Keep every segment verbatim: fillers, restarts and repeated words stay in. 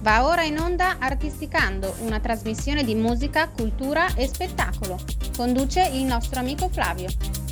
Va ora in onda Artisticando, una trasmissione di musica, cultura e spettacolo. Conduce il nostro amico Flavio.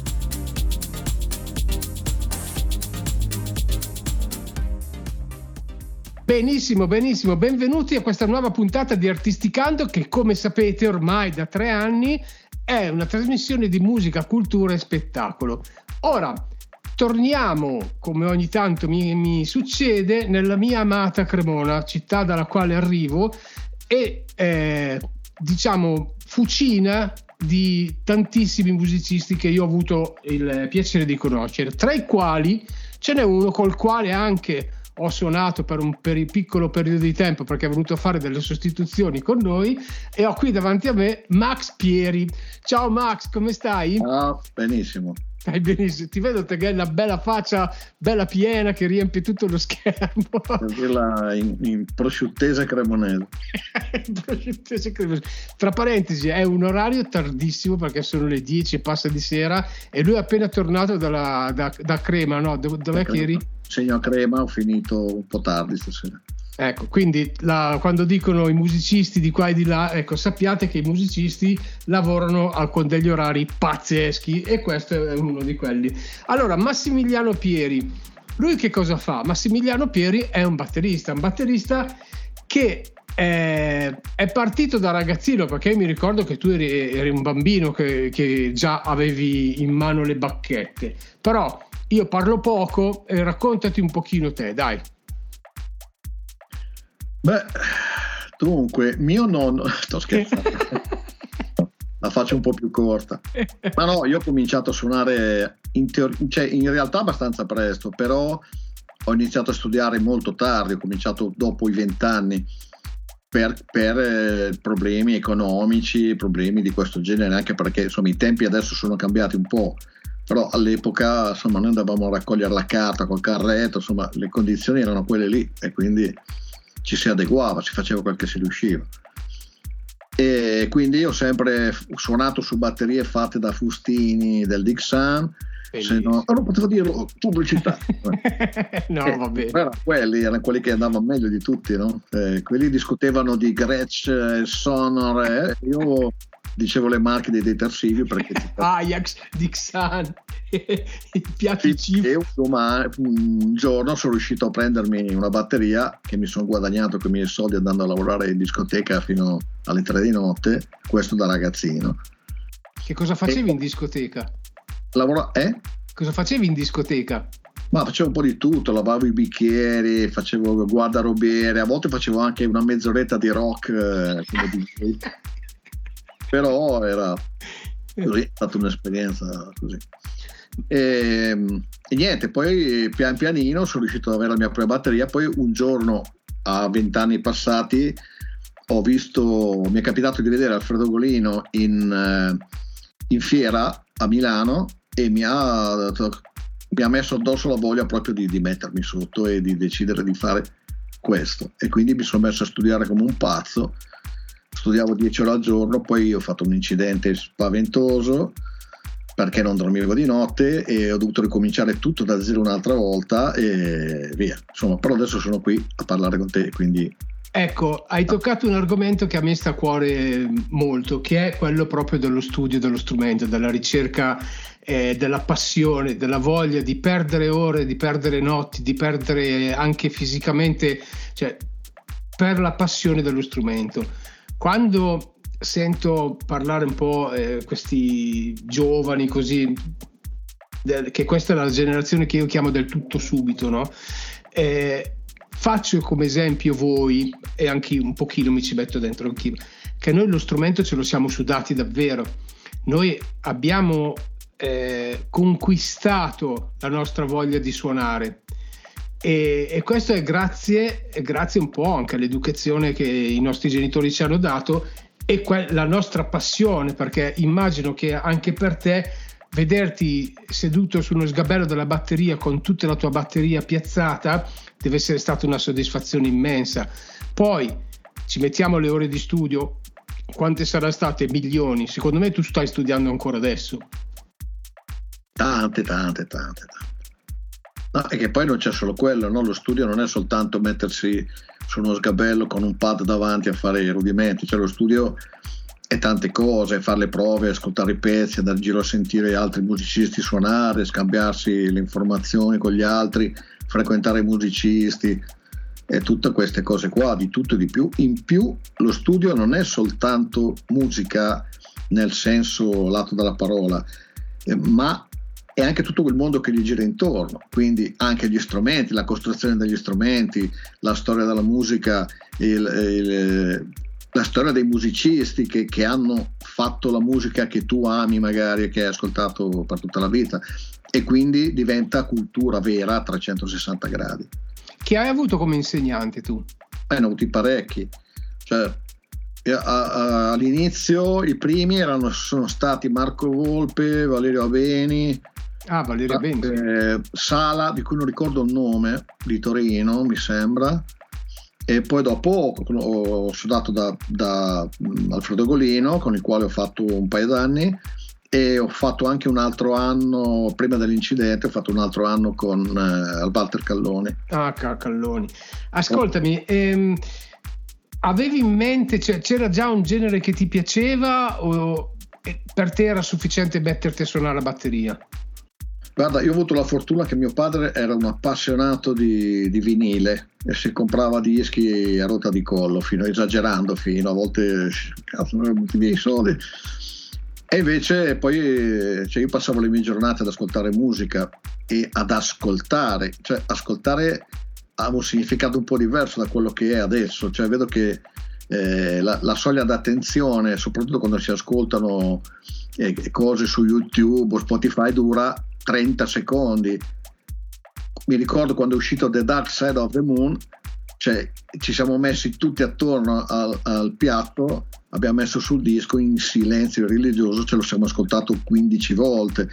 Benissimo, benissimo, benvenuti a questa nuova puntata di Artisticando che, come sapete, ormai da tre anni è una trasmissione di musica, cultura e spettacolo. Ora torniamo, come ogni tanto mi, mi succede, nella mia amata Cremona, città dalla quale arrivo e eh, diciamo fucina di tantissimi musicisti che io ho avuto il piacere di conoscere, tra i quali ce n'è uno col quale anche ho suonato per un per piccolo periodo di tempo perché è venuto a fare delle sostituzioni con noi, e ho qui davanti a me Max Pieri. Ciao Max, come stai? Ah, benissimo. Stai benissimo, ti vedo che hai una bella faccia, bella piena, che riempie tutto lo schermo. In, in prosciuttese cremonese. prosciuttese cremonese. Tra parentesi, è un orario tardissimo perché sono le dieci e passa di sera e lui è appena tornato dalla, da, da Crema, no? Dov- dov'è da che eri? Segno a Crema, ho finito un po' tardi stasera. Ecco, quindi la, quando dicono i musicisti di qua e di là, ecco, sappiate che i musicisti lavorano a, con degli orari pazzeschi e questo è uno di quelli. Allora, Massimiliano Pieri, lui che cosa fa? Massimiliano Pieri è un batterista, un batterista che è, è partito da ragazzino, perché io mi ricordo che tu eri, eri un bambino che, che già avevi in mano le bacchette, però io parlo poco e raccontati un pochino te, dai. Beh, dunque, mio nonno, sto scherzando, la faccio un po' più corta, ma no, io ho cominciato a suonare in, teor- cioè in realtà abbastanza presto, però ho iniziato a studiare molto tardi, ho cominciato dopo i vent'anni per, per eh, problemi economici, problemi di questo genere, anche perché insomma i tempi adesso sono cambiati un po', però all'epoca insomma noi andavamo a raccogliere la carta col carretto, insomma le condizioni erano quelle lì e quindi ci si adeguava, si faceva quel che si riusciva, e quindi io ho sempre suonato su batterie fatte da fustini del Dixon, se no non potevo dirlo, pubblicità. No, eh, va bene. Però quelli erano quelli che andavano meglio di tutti, no? Eh, quelli discutevano di Gretsch, eh, Sonor, eh. Io dicevo le marche dei detersivi perché Ajax, Dixon, il piatto cibo. E un, un giorno sono riuscito a prendermi una batteria che mi sono guadagnato con i miei soldi andando a lavorare in discoteca fino alle tre di notte, questo da ragazzino. Che cosa facevi e, in discoteca? Lavora, eh? Cosa facevi in discoteca? Ma facevo un po' di tutto, lavavo i bicchieri, facevo guardarobiere, a volte facevo anche una mezz'oretta di rock, eh, come di... però era così, è stata un'esperienza così. E, e niente, poi pian pianino sono riuscito ad avere la mia prima batteria. Poi un giorno a vent'anni passati ho visto, mi è capitato di vedere Alfredo Golino in, in fiera a Milano e mi ha, mi ha messo addosso la voglia proprio di, di mettermi sotto e di decidere di fare questo, e quindi mi sono messo a studiare come un pazzo. Studiavo dieci ore al giorno, poi ho fatto un incidente spaventoso perché non dormivo di notte e ho dovuto ricominciare tutto da zero un'altra volta e via. Insomma, però adesso sono qui a parlare con te, quindi... Ecco, hai toccato un argomento che a me sta a cuore molto, che è quello proprio dello studio dello strumento, della ricerca, eh, della passione, della voglia di perdere ore, di perdere notti, di perdere anche fisicamente, cioè per la passione dello strumento. Quando sento parlare un po' eh, questi giovani così, del, che questa è la generazione che io chiamo del tutto subito, no? Eh, faccio come esempio voi, e anche un pochino mi ci metto dentro anch'io, che noi lo strumento ce lo siamo sudati davvero. Noi abbiamo eh, conquistato la nostra voglia di suonare. E, e questo è grazie, è grazie un po' anche all'educazione che i nostri genitori ci hanno dato e que- la nostra passione, perché immagino che anche per te vederti seduto su uno sgabello della batteria con tutta la tua batteria piazzata deve essere stata una soddisfazione immensa. Poi ci mettiamo le ore di studio, quante saranno state? Milioni. Secondo me tu stai studiando ancora adesso. Tante, tante, tante, tante. No, e che poi non c'è solo quello, no? Lo studio non è soltanto mettersi su uno sgabello con un pad davanti a fare i rudimenti, cioè lo studio è tante cose, fare le prove, ascoltare i pezzi, andare in giro a sentire altri musicisti suonare, scambiarsi le informazioni con gli altri, frequentare i musicisti e tutte queste cose qua, di tutto e di più. In più lo studio non è soltanto musica nel senso lato della parola, eh, ma è anche tutto quel mondo che gli gira intorno, quindi anche gli strumenti, la costruzione degli strumenti, la storia della musica, il, il, la storia dei musicisti che, che hanno fatto la musica che tu ami magari e che hai ascoltato per tutta la vita, e quindi diventa cultura vera a trecentosessanta gradi. Chi hai avuto come insegnante tu? Eh, ne ho avuti parecchi, cioè a, a, all'inizio i primi erano, sono stati Marco Volpe, Valerio Aveni, ah, Valerio Aveni, eh, Sala, di cui non ricordo il nome, di Torino mi sembra, e poi dopo ho studiato da, da Alfredo Golino, con il quale ho fatto un paio d'anni, e ho fatto anche un altro anno prima dell'incidente, ho fatto un altro anno con eh, Walter Calloni. Ah, Calloni. Ascoltami, oh. ehm, avevi in mente, cioè, c'era già un genere che ti piaceva o per te era sufficiente metterti a suonare la batteria? Guarda, io ho avuto la fortuna che mio padre era un appassionato di, di vinile e si comprava dischi a rotta di collo, fino esagerando, fino a volte cazzo, non avevo via i soldi. E invece poi cioè io passavo le mie giornate ad ascoltare musica e ad ascoltare, cioè ascoltare ha un significato un po' diverso da quello che è adesso, cioè vedo che eh, la, la soglia d'attenzione, soprattutto quando si ascoltano eh, cose su YouTube o Spotify, dura trenta secondi. Mi ricordo quando è uscito The Dark Side of the Moon, cioè ci siamo messi tutti attorno al, al piatto, abbiamo messo sul disco in silenzio religioso, ce lo siamo ascoltato quindici volte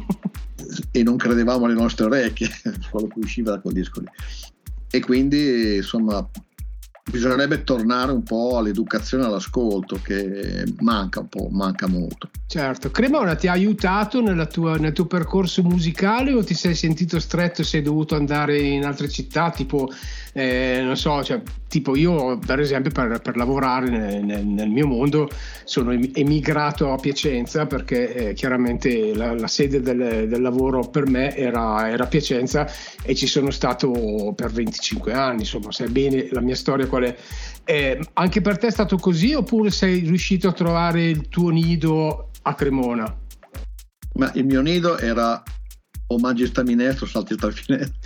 e non credevamo alle nostre orecchie quello che usciva da quel disco lì. E quindi insomma bisognerebbe tornare un po' all'educazione all'ascolto, che manca un po', manca molto. Certo. Cremona ti ha aiutato nella tua, nel tuo percorso musicale o ti sei sentito stretto e sei dovuto andare in altre città, tipo eh, non so, cioè, tipo io per esempio per, per lavorare nel, nel, nel mio mondo sono emigrato a Piacenza perché eh, chiaramente la, la sede del, del lavoro per me era, era Piacenza e ci sono stato per venticinque anni, insomma sai bene la mia storia qual è. Eh, anche per te è stato così oppure sei riuscito a trovare il tuo nido a Cremona? Ma il mio nido era o mangi sta minestra o salti sta finestra.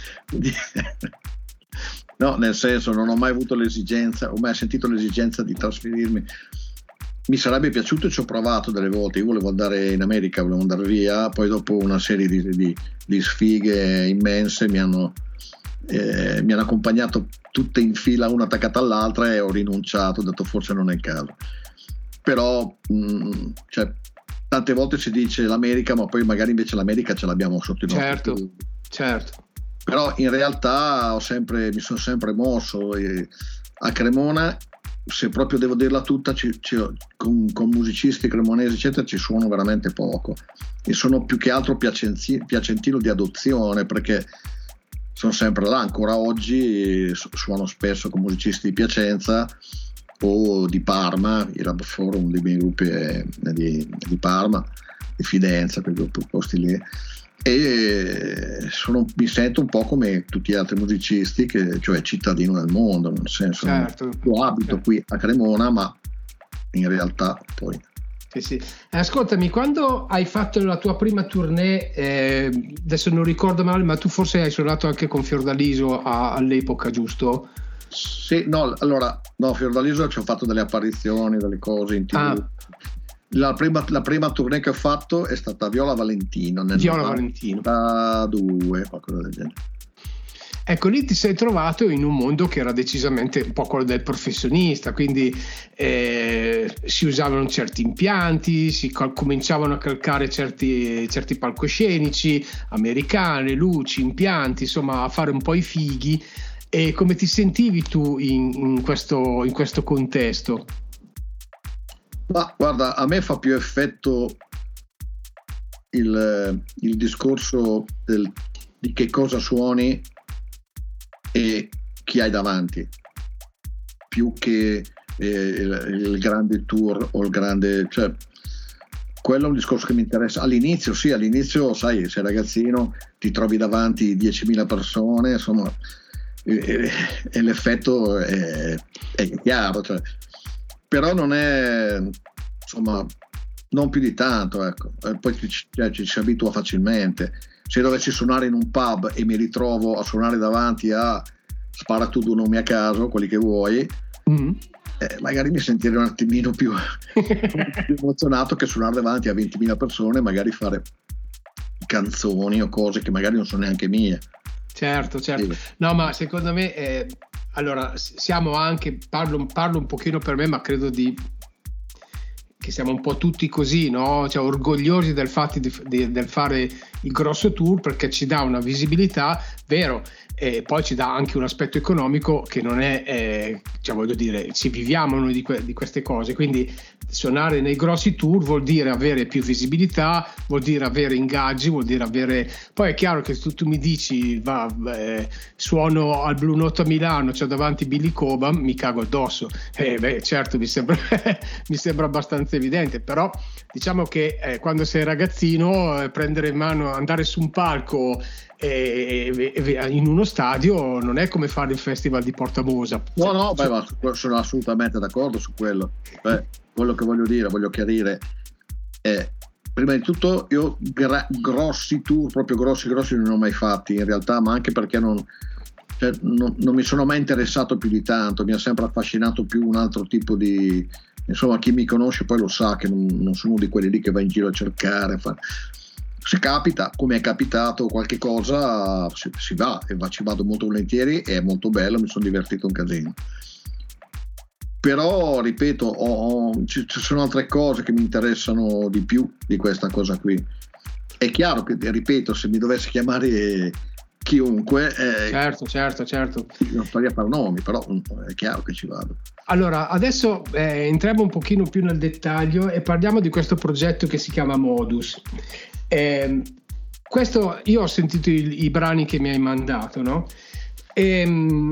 No, nel senso, non ho mai avuto l'esigenza, ho mai sentito l'esigenza di trasferirmi. Mi sarebbe piaciuto e ci ho provato delle volte. Io volevo andare in America, volevo andare via, poi dopo una serie di, di, di sfighe immense mi hanno, eh, mi hanno accompagnato tutte in fila, una attaccata all'altra, e ho rinunciato, ho detto forse non è il caso. Però mh, cioè, tante volte si dice l'America, ma poi magari invece l'America ce l'abbiamo sotto i nostri certo, piedi. Certo. Però in realtà ho sempre, mi sono sempre mosso e a Cremona, se proprio devo dirla tutta, ci, ci, con, con musicisti cremonesi eccetera ci suono veramente poco e sono più che altro piacenzi, piacentino di adozione, perché sono sempre là, ancora oggi suono spesso con musicisti di Piacenza o di Parma, il Rab Forum dei miei gruppi è di, di Parma, di Fidenza, quei posti lì, e sono, mi sento un po' come tutti gli altri musicisti, che, cioè cittadino del mondo, nel senso certo. Io abito certo. qui a Cremona, ma in realtà poi sì, sì. Ascoltami, quando hai fatto la tua prima tournée, eh, adesso non ricordo male, ma tu forse hai suonato anche con Fiordaliso a, all'epoca, giusto? Sì, no, allora no, Fiordaliso ci ho fatto delle apparizioni, delle cose in tivù. Ah. La prima, la prima tournée che ho fatto è stata Viola Valentino nel Viola Valentino due, qualcosa del genere. Ecco, lì ti sei trovato in un mondo che era decisamente un po' quello del professionista, quindi eh, si usavano certi impianti, si cal- cominciavano a calcare certi, certi palcoscenici, americane, luci, impianti, insomma a fare un po' i fighi. E come ti sentivi tu in, in, questo, in questo contesto? Ma guarda, a me fa più effetto il, il discorso del di che cosa suoni e chi hai davanti, più che eh, il, il grande tour o il grande, cioè quello è un discorso che mi interessa. All'inizio sì, all'inizio sai, sei ragazzino, ti trovi davanti diecimila persone, insomma, e, e l'effetto è, è chiaro, cioè, però non è, insomma, non più di tanto, ecco. E poi ci, cioè, ci si abitua facilmente. Se dovessi suonare in un pub e mi ritrovo a suonare davanti a spara tu due nomi a caso, quelli che vuoi, mm. eh, magari mi sentirei un attimino più, più emozionato che suonare davanti a ventimila persone, magari fare canzoni o cose che magari non sono neanche mie. Certo, certo. Sì. No, ma secondo me, eh, allora, siamo anche, parlo, parlo un pochino per me, ma credo di che siamo un po' tutti così, no? Cioè, orgogliosi del fatto di, di, del fare il grosso tour, perché ci dà una visibilità, vero, e poi ci dà anche un aspetto economico che non è, eh, cioè voglio dire, ci viviamo noi di, que- di queste cose, quindi suonare nei grossi tour vuol dire avere più visibilità, vuol dire avere ingaggi, vuol dire avere, poi è chiaro che tu, tu mi dici va, eh, suono al Blue Note a Milano, c'ho davanti Billy Cobham, mi cago addosso, eh, beh certo mi sembra mi sembra abbastanza evidente, però diciamo che eh, quando sei ragazzino eh, prendere in mano, andare su un palco e, e, e in uno stadio non è come fare il festival di Portamosa. No, no, beh, ma sono assolutamente d'accordo su quello. Beh, quello che voglio dire, voglio chiarire è, prima di tutto, io gra- grossi tour, proprio grossi grossi non ne ho mai fatti in realtà, ma anche perché non, cioè, non, non mi sono mai interessato più di tanto, mi ha sempre affascinato più un altro tipo di, insomma, chi mi conosce poi lo sa che non, non sono di quelli lì che va in giro a cercare, fa... se capita, come è capitato qualche cosa, si, si va, e va, ci vado molto volentieri, è molto bello, mi sono divertito un casino. Però ripeto, ho, ho, ci, ci sono altre cose che mi interessano di più di questa cosa qui. È chiaro che, ripeto, se mi dovesse chiamare chiunque, eh, certo, certo, certo, non farei a fare nomi, però è chiaro che ci vado. Allora, adesso eh, entriamo un pochino più nel dettaglio e parliamo di questo progetto che si chiama Modus. Eh, questo, io ho sentito i, i brani che mi hai mandato, no? E,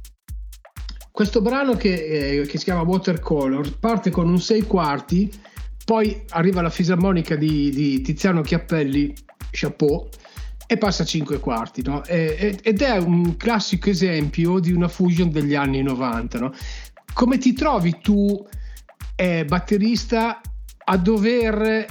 questo brano che, eh, che si chiama Watercolor parte con un sei quarti, poi arriva la fisarmonica di, di Tiziano Chiappelli, chapeau, e passa a cinque quarti, no? E, ed è un classico esempio di una fusion degli anni novanta, no? Come ti trovi tu, eh, batterista, a dover,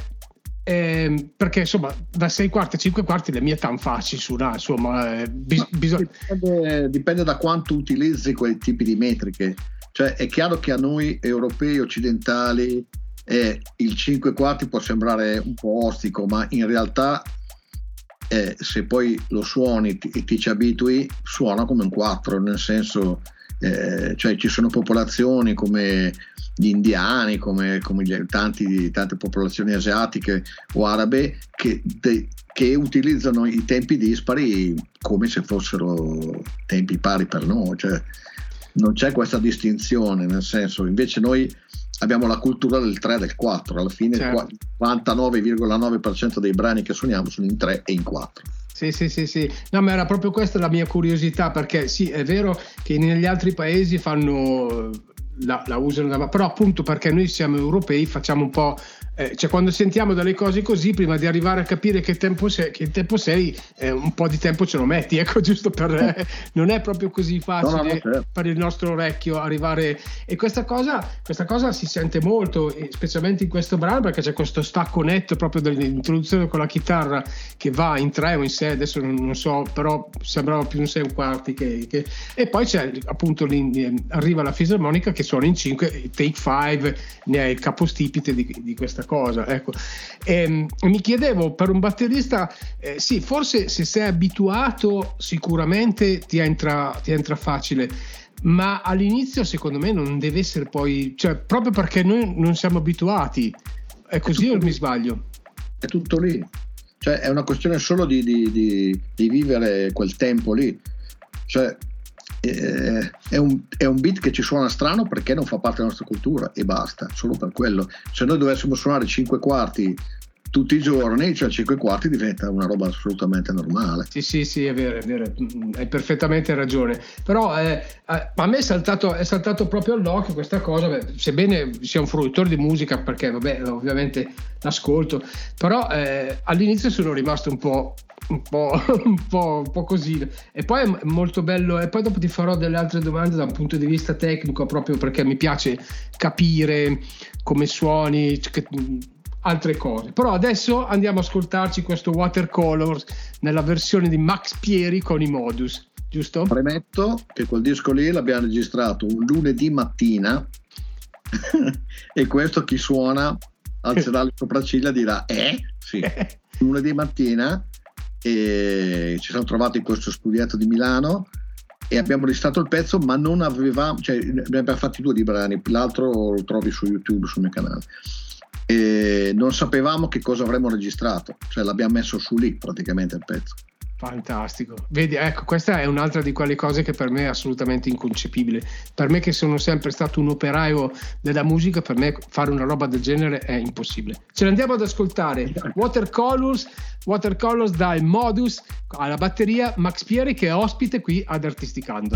eh, perché insomma da sei quarti a cinque quarti le mie tan facili suonare, insomma, eh, bis- bisogna... dipende, dipende da quanto utilizzi quei tipi di metriche, cioè è chiaro che a noi europei occidentali eh, il cinque quarti può sembrare un po' ostico, ma in realtà eh, se poi lo suoni e ti ci abitui, suona come un quattro, nel senso eh, cioè ci sono popolazioni come gli indiani, come, come gli, tanti, tante popolazioni asiatiche o arabe che, de, che utilizzano i tempi dispari come se fossero tempi pari per noi, cioè non c'è questa distinzione, nel senso, invece noi abbiamo la cultura del tre e del quattro, alla fine certo. Il quarantanove virgola nove per cento dei brani che suoniamo sono in tre e in quattro. Sì, sì, sì, sì. No, ma era proprio questa la mia curiosità, perché sì, è vero che negli altri paesi fanno la, la usano, però appunto perché noi siamo europei facciamo un po', eh, cioè quando sentiamo delle cose così, prima di arrivare a capire che tempo sei, che tempo sei eh, un po' di tempo ce lo metti, ecco, giusto per eh, non è proprio così facile no, no, no, certo. per il nostro orecchio arrivare, e questa cosa questa cosa si sente molto, specialmente in questo brano, perché c'è questo stacco netto proprio dell'introduzione con la chitarra che va in tre o in sei, adesso non, non so, però sembrava più un sei un quarti che, che... e poi c'è appunto arriva la fisarmonica che suona in cinque, take five ne è il capostipite di, di questa cosa, ecco. E, e mi chiedevo, per un batterista eh, sì, forse se sei abituato sicuramente ti entra, ti entra facile, ma all'inizio secondo me non deve essere poi, cioè proprio perché noi non siamo abituati, è così o mi sbaglio? È tutto lì, cioè è una questione solo di, di, di, di vivere quel tempo lì, cioè eh, è, un, è un beat che ci suona strano perché non fa parte della nostra cultura e basta, solo per quello. Se noi dovessimo suonare cinque quarti tutti i giorni, cioè cinque quarti diventa una roba assolutamente normale. Sì, sì, sì, è vero, è vero, hai perfettamente ragione. Però eh, a me è saltato, è saltato proprio all'occhio questa cosa, beh, sebbene sia un fruitore di musica, perché vabbè, ovviamente l'ascolto, però eh, all'inizio sono rimasto un po', un po', un po', un po' così. E poi è molto bello, e poi dopo ti farò delle altre domande da un punto di vista tecnico, proprio perché mi piace capire come suoni, che, altre cose. Però adesso andiamo a ascoltarci questo Watercolors nella versione di Max Pieri con i Modus, giusto? Premetto che quel disco lì l'abbiamo registrato un lunedì mattina e questo chi suona alzerà le sopracciglia, dirà eh? Sì, lunedì mattina, e ci siamo trovati in questo studietto di Milano e abbiamo registrato il pezzo, ma non avevamo, cioè ne abbiamo fatti due di brani, l'altro lo trovi su YouTube sul mio canale. E non sapevamo che cosa avremmo registrato, cioè l'abbiamo messo su lì praticamente il pezzo. Fantastico, vedi, ecco, questa è un'altra di quelle cose che per me è assolutamente inconcepibile. Per me, che sono sempre stato un operaio della musica, per me fare una roba del genere è impossibile. Ce l'andiamo ad ascoltare. Watercolors, Watercolors dai Modus alla batteria, Max Pieri che è ospite qui ad Artisticando.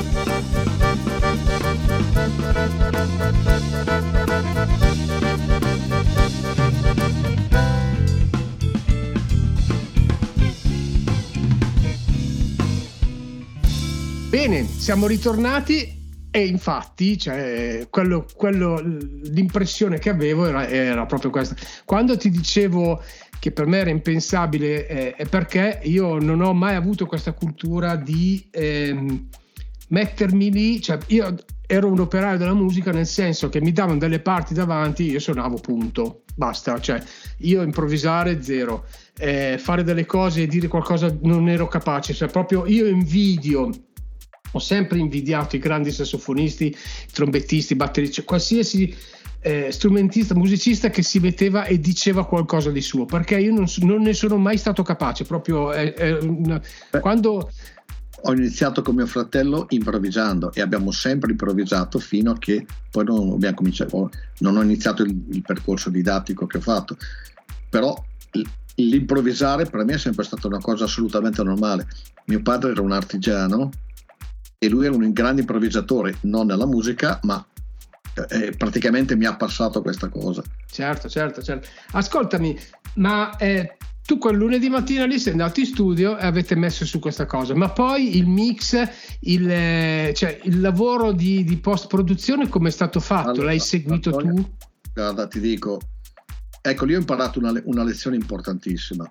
Bene, siamo ritornati e infatti cioè, quello, quello, l'impressione che avevo era, era proprio questa. Quando ti dicevo che per me era impensabile eh, è perché io non ho mai avuto questa cultura di ehm, mettermi lì, cioè io ero un operaio della musica nel senso che mi davano delle parti davanti, io suonavo punto, basta, cioè io improvvisare zero, eh, fare delle cose e dire qualcosa non ero capace, cioè proprio io invidio. Ho sempre invidiato i grandi sassofonisti, i trombettisti, i batteristi, qualsiasi eh, strumentista, musicista che si metteva e diceva qualcosa di suo, perché io non, non ne sono mai stato capace. Proprio eh, eh, una, quando ho iniziato con mio fratello improvvisando e abbiamo sempre improvvisato fino a che poi non abbiamo cominciato. Non ho iniziato il, il percorso didattico che ho fatto, però l'improvvisare per me è sempre stata una cosa assolutamente normale. Mio padre era un artigiano e lui era un grande improvvisatore, non nella musica, ma eh, praticamente mi ha passato questa cosa. Certo, certo, certo. Ascoltami, ma eh, tu quel lunedì mattina lì sei andato in studio e avete messo su questa cosa, ma poi il mix, il, eh, cioè, il lavoro di, di post-produzione come è stato fatto? Allora, l'hai seguito Antonio, tu? Guarda, ti dico, ecco, lì ho imparato una, una lezione importantissima.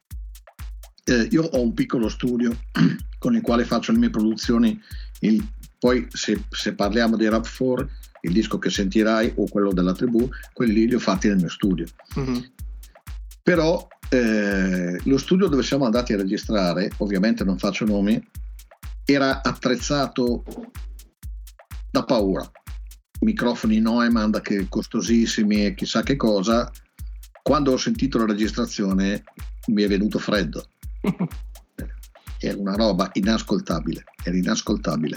Eh, io ho un piccolo studio con il quale faccio le mie produzioni, il, poi se, se parliamo di Rap quattro, il disco che sentirai o quello della tribù, quelli li ho fatti nel mio studio. Mm-hmm. Però eh, lo studio dove siamo andati a registrare, ovviamente non faccio nomi, era attrezzato da paura, microfoni Neumann che costosissimi e chissà che cosa. Quando ho sentito la registrazione mi è venuto freddo. Era una roba inascoltabile, era inascoltabile.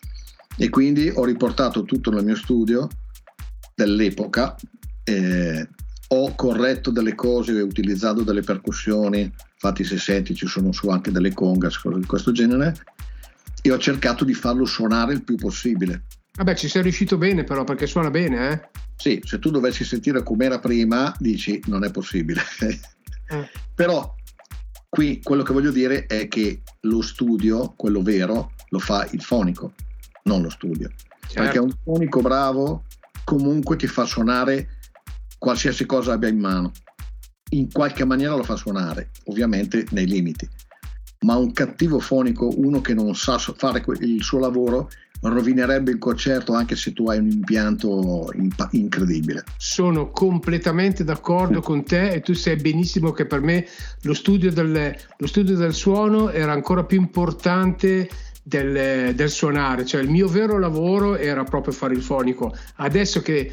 E quindi ho riportato tutto nel mio studio dell'epoca, eh, ho corretto delle cose utilizzando delle percussioni, infatti se senti ci sono su anche delle congas, cose di questo genere, e ho cercato di farlo suonare il più possibile. Vabbè, ci sei riuscito bene però, perché suona bene, eh? Sì, se tu dovessi sentire com'era prima dici non è possibile. eh. Però qui quello che voglio dire è che lo studio, quello vero, lo fa il fonico, non lo studio. Certo. Perché un fonico bravo comunque ti fa suonare qualsiasi cosa abbia in mano. In qualche maniera lo fa suonare, ovviamente nei limiti. Ma un cattivo fonico, uno che non sa fare il suo lavoro, rovinerebbe il concerto anche se tu hai un impianto imp- incredibile. Sono completamente d'accordo mm. con te, e tu sai benissimo che per me lo studio del, lo studio del suono era ancora più importante del, del suonare, cioè il mio vero lavoro era proprio fare il fonico. Adesso che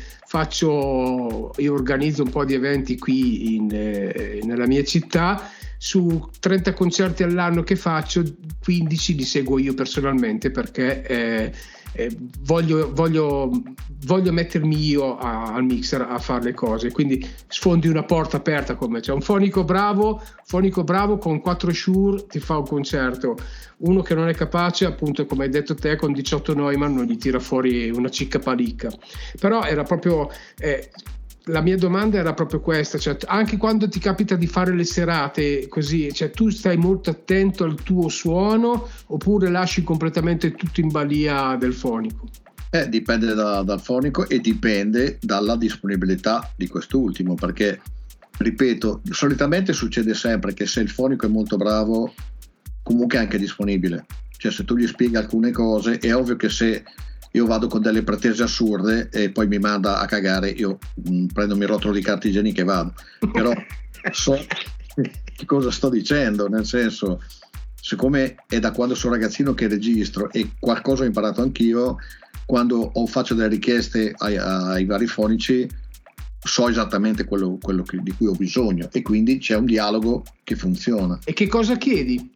faccio, io organizzo un po' di eventi qui in, eh, nella mia città, su trenta concerti all'anno che faccio, quindici li seguo io personalmente, perché eh, eh, voglio, voglio, voglio mettermi io a, al mixer a fare le cose, quindi sfondi una porta aperta, come c'è un fonico bravo, fonico bravo con quattro Shure ti fa un concerto, uno che non è capace, appunto come hai detto te, con diciotto Neumann non gli tira fuori una cicca palicca. Però era proprio eh, la mia domanda era proprio questa, cioè anche quando ti capita di fare le serate così, cioè tu stai molto attento al tuo suono oppure lasci completamente tutto in balia del fonico? Eh, dipende da, dal fonico e dipende dalla disponibilità di quest'ultimo, perché ripeto, solitamente succede sempre che se il fonico è molto bravo comunque è anche disponibile, cioè se tu gli spieghi alcune cose è ovvio che se io vado con delle pretese assurde e poi mi manda a cagare, io mh, prendo il rotolo di carta igienica e vado, però so che cosa sto dicendo, nel senso, siccome è da quando sono ragazzino che registro e qualcosa ho imparato anch'io, quando ho, faccio delle richieste ai, ai vari fonici so esattamente quello, quello che, di cui ho bisogno, e quindi c'è un dialogo che funziona. E che cosa chiedi?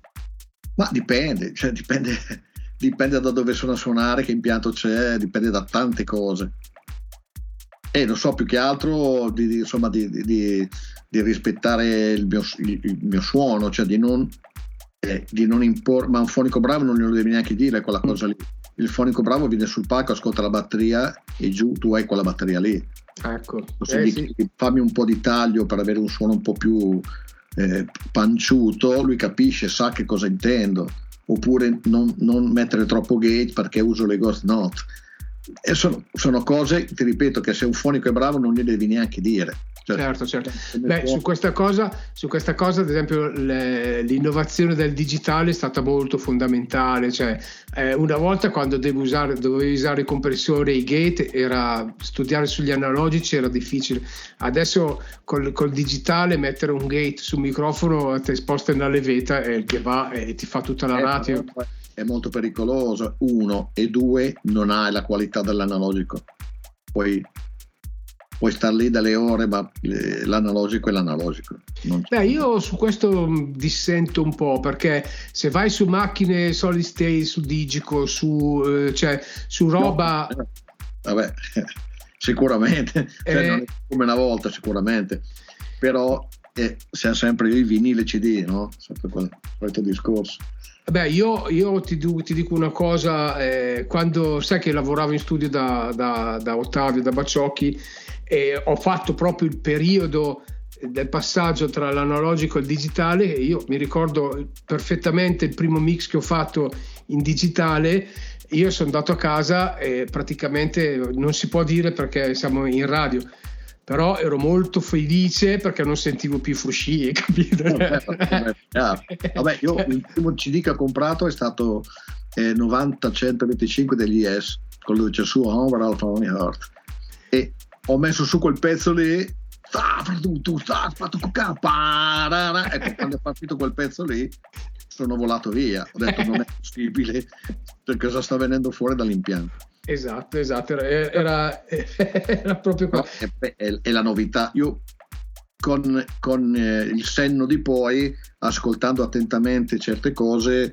Ma dipende, cioè dipende, dipende da dove sono a suonare, che impianto c'è, dipende da tante cose. E non so, più che altro di, di, insomma, di, di, di rispettare il mio, il, il mio suono, cioè di non eh, di non imporre, ma un fonico bravo non glielo devi neanche dire quella cosa lì. Il fonico bravo viene sul palco, ascolta la batteria e giù tu hai quella batteria lì. Ecco, se eh, dici, sì. fammi un po' di taglio per avere un suono un po' più eh, panciuto, lui capisce, sa che cosa intendo. Oppure non, non mettere troppo gate perché uso le ghost note. E sono, sono cose, ti ripeto, che se un fonico è bravo non gli devi neanche dire. Cioè, certo, certo. Beh, su questa cosa, su questa cosa, ad esempio, le, l'innovazione del digitale è stata molto fondamentale. Cioè, eh, una volta quando devo usare, dovevi usare i compressori e i gate, era studiare sugli analogici era difficile. Adesso col, col digitale mettere un gate sul microfono ti sposta nella levetta e che va e ti fa tutta la ratio. È molto pericoloso. Uno e due, non hai la qualità dell'analogico. Poi puoi star lì dalle ore, ma l'analogico è l'analogico. Non... Beh, io su questo dissento un po', perché se vai su macchine solid state, su Digico, su, eh, cioè, su roba... No, vabbè, sicuramente, eh... cioè, non è come una volta sicuramente, però eh, siamo sempre i vinili C D, no? Sempre quel solito discorso. Beh, io, io ti, ti dico una cosa, eh, quando sai che lavoravo in studio da, da, da Ottavio, da Baciocchi, e ho fatto proprio il periodo del passaggio tra l'analogico e il digitale. Io mi ricordo perfettamente il primo mix che ho fatto in digitale. Io sono andato a casa e praticamente non si può dire perché siamo in radio, però ero molto felice perché non sentivo più frusci, capito? Vabbè, vabbè, vabbè, io il primo C D che ho comprato è stato eh, novanta centoventicinque degli Yes, quello che c'è su Overall from My Heart, e ho messo su quel pezzo lì, ecco, quando è partito quel pezzo lì sono volato via, ho detto non è possibile, perché cosa sta venendo fuori dall'impianto. Esatto, esatto, era, era, era proprio qua. No, è, è, è la novità. Io con, con eh, il senno di poi, ascoltando attentamente certe cose,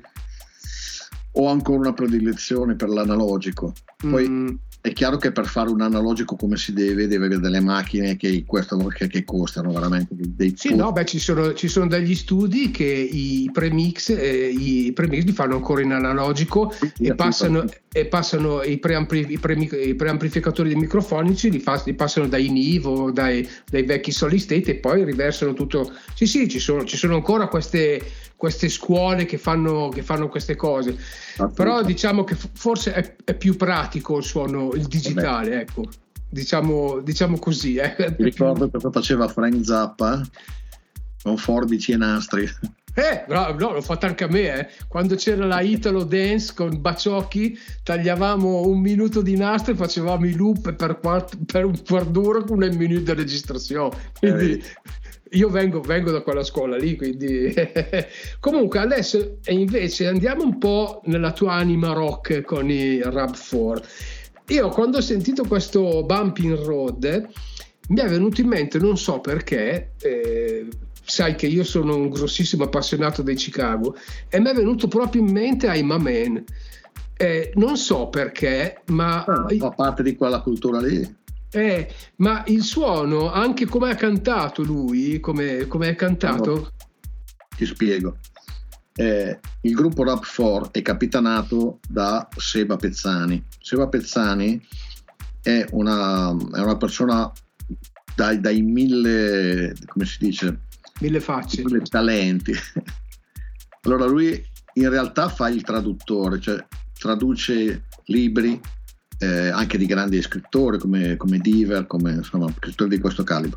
ho ancora una predilezione per l'analogico. Poi mm. è chiaro che per fare un analogico come si deve, deve avere delle macchine che, costano, che, che costano veramente dei sì, post- no, beh, ci sono, ci sono degli studi che i premix, eh, i premix li fanno ancora in analogico sì, e, sì, passano, e passano i, preampli, i, pre, i preamplificatori dei microfonici, li, fa, li passano dai Nivo, dai, dai vecchi solid state e poi riversano tutto. Sì, sì, ci sono, ci sono ancora queste, queste scuole che fanno, che fanno queste cose. Però diciamo che forse è, è più pratico il suono, il digitale, vabbè. Ecco, diciamo, diciamo così. Eh. Mi ricordo cosa faceva Frank Zappa con forbici e nastri. Eh, bravo, no, l'ho fatto anche a me, eh. Quando c'era la Italo Dance con Baciocchi, tagliavamo un minuto di nastro e facevamo i loop per, quart- per un quarto d'ora con un minuto di registrazione. Quindi eh. io vengo, vengo da quella scuola lì, quindi comunque adesso invece andiamo un po' nella tua anima rock con i Rab four. Io quando ho sentito questo Bumping Road mi è venuto in mente, non so perché, eh, sai che io sono un grossissimo appassionato dei Chicago, e mi è venuto proprio in mente I'm a Man. Eh, non so perché, ma ah, fa parte di quella cultura lì. Eh, ma il suono, anche come ha cantato lui, come, come è cantato? No, ti spiego. Eh, il gruppo Rab four è capitanato da Seba Pezzani. Seba Pezzani è una, è una persona dai, dai mille, come si dice? Mille facce. Mille talenti. Allora lui in realtà fa il traduttore, cioè traduce libri, Eh, anche di grandi scrittori come, come Diver, come insomma scrittori di questo calibro,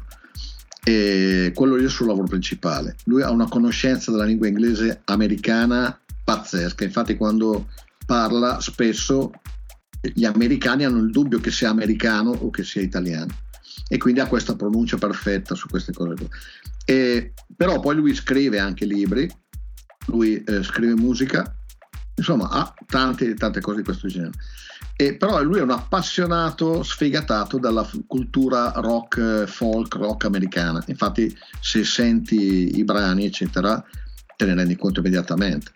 e quello lì è il suo lavoro principale. Lui ha una conoscenza della lingua inglese americana pazzesca, infatti quando parla spesso gli americani hanno il dubbio che sia americano o che sia italiano, e quindi ha questa pronuncia perfetta su queste cose. E, però poi lui scrive anche libri, lui eh, scrive musica, insomma ha tante, tante cose di questo genere. E però lui è un appassionato sfegatato dalla cultura rock, folk, rock americana. Infatti se senti i brani eccetera te ne rendi conto immediatamente.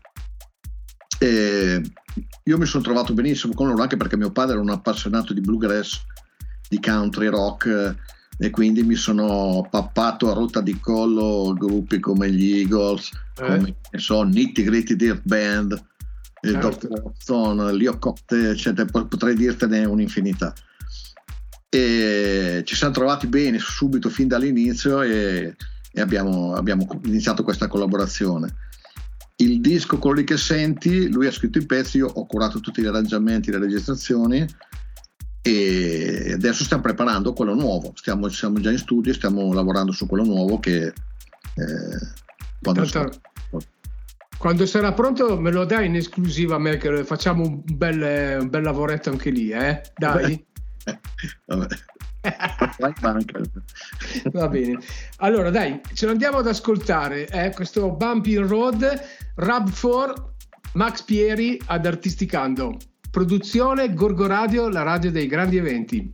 E io mi sono trovato benissimo con loro, anche perché mio padre era un appassionato di bluegrass, di country rock, e quindi mi sono pappato a rotta di collo gruppi come gli Eagles, eh? come so, Nitty Gritty Dirt Band, il certo. doctor Watson, Leo Cotte, eccetera, potrei dirtene un'infinità. E ci siamo trovati bene subito fin dall'inizio e, e abbiamo, abbiamo iniziato questa collaborazione. Il disco, quello lì che senti, lui ha scritto i pezzi, io ho curato tutti gli arrangiamenti, le registrazioni, e adesso stiamo preparando quello nuovo, stiamo, siamo già in studio, stiamo lavorando su quello nuovo che eh, quando, Tanto, sarà... quando sarà pronto me lo dai in esclusiva a me, che facciamo un bel, un bel lavoretto anche lì, eh? Dai. Vabbè. Va bene, allora dai, ce lo andiamo ad ascoltare, eh? Questo Bumping Road, Rab quattro, Max Pieri ad Artisticando, produzione Gorgo Radio, la radio dei grandi eventi.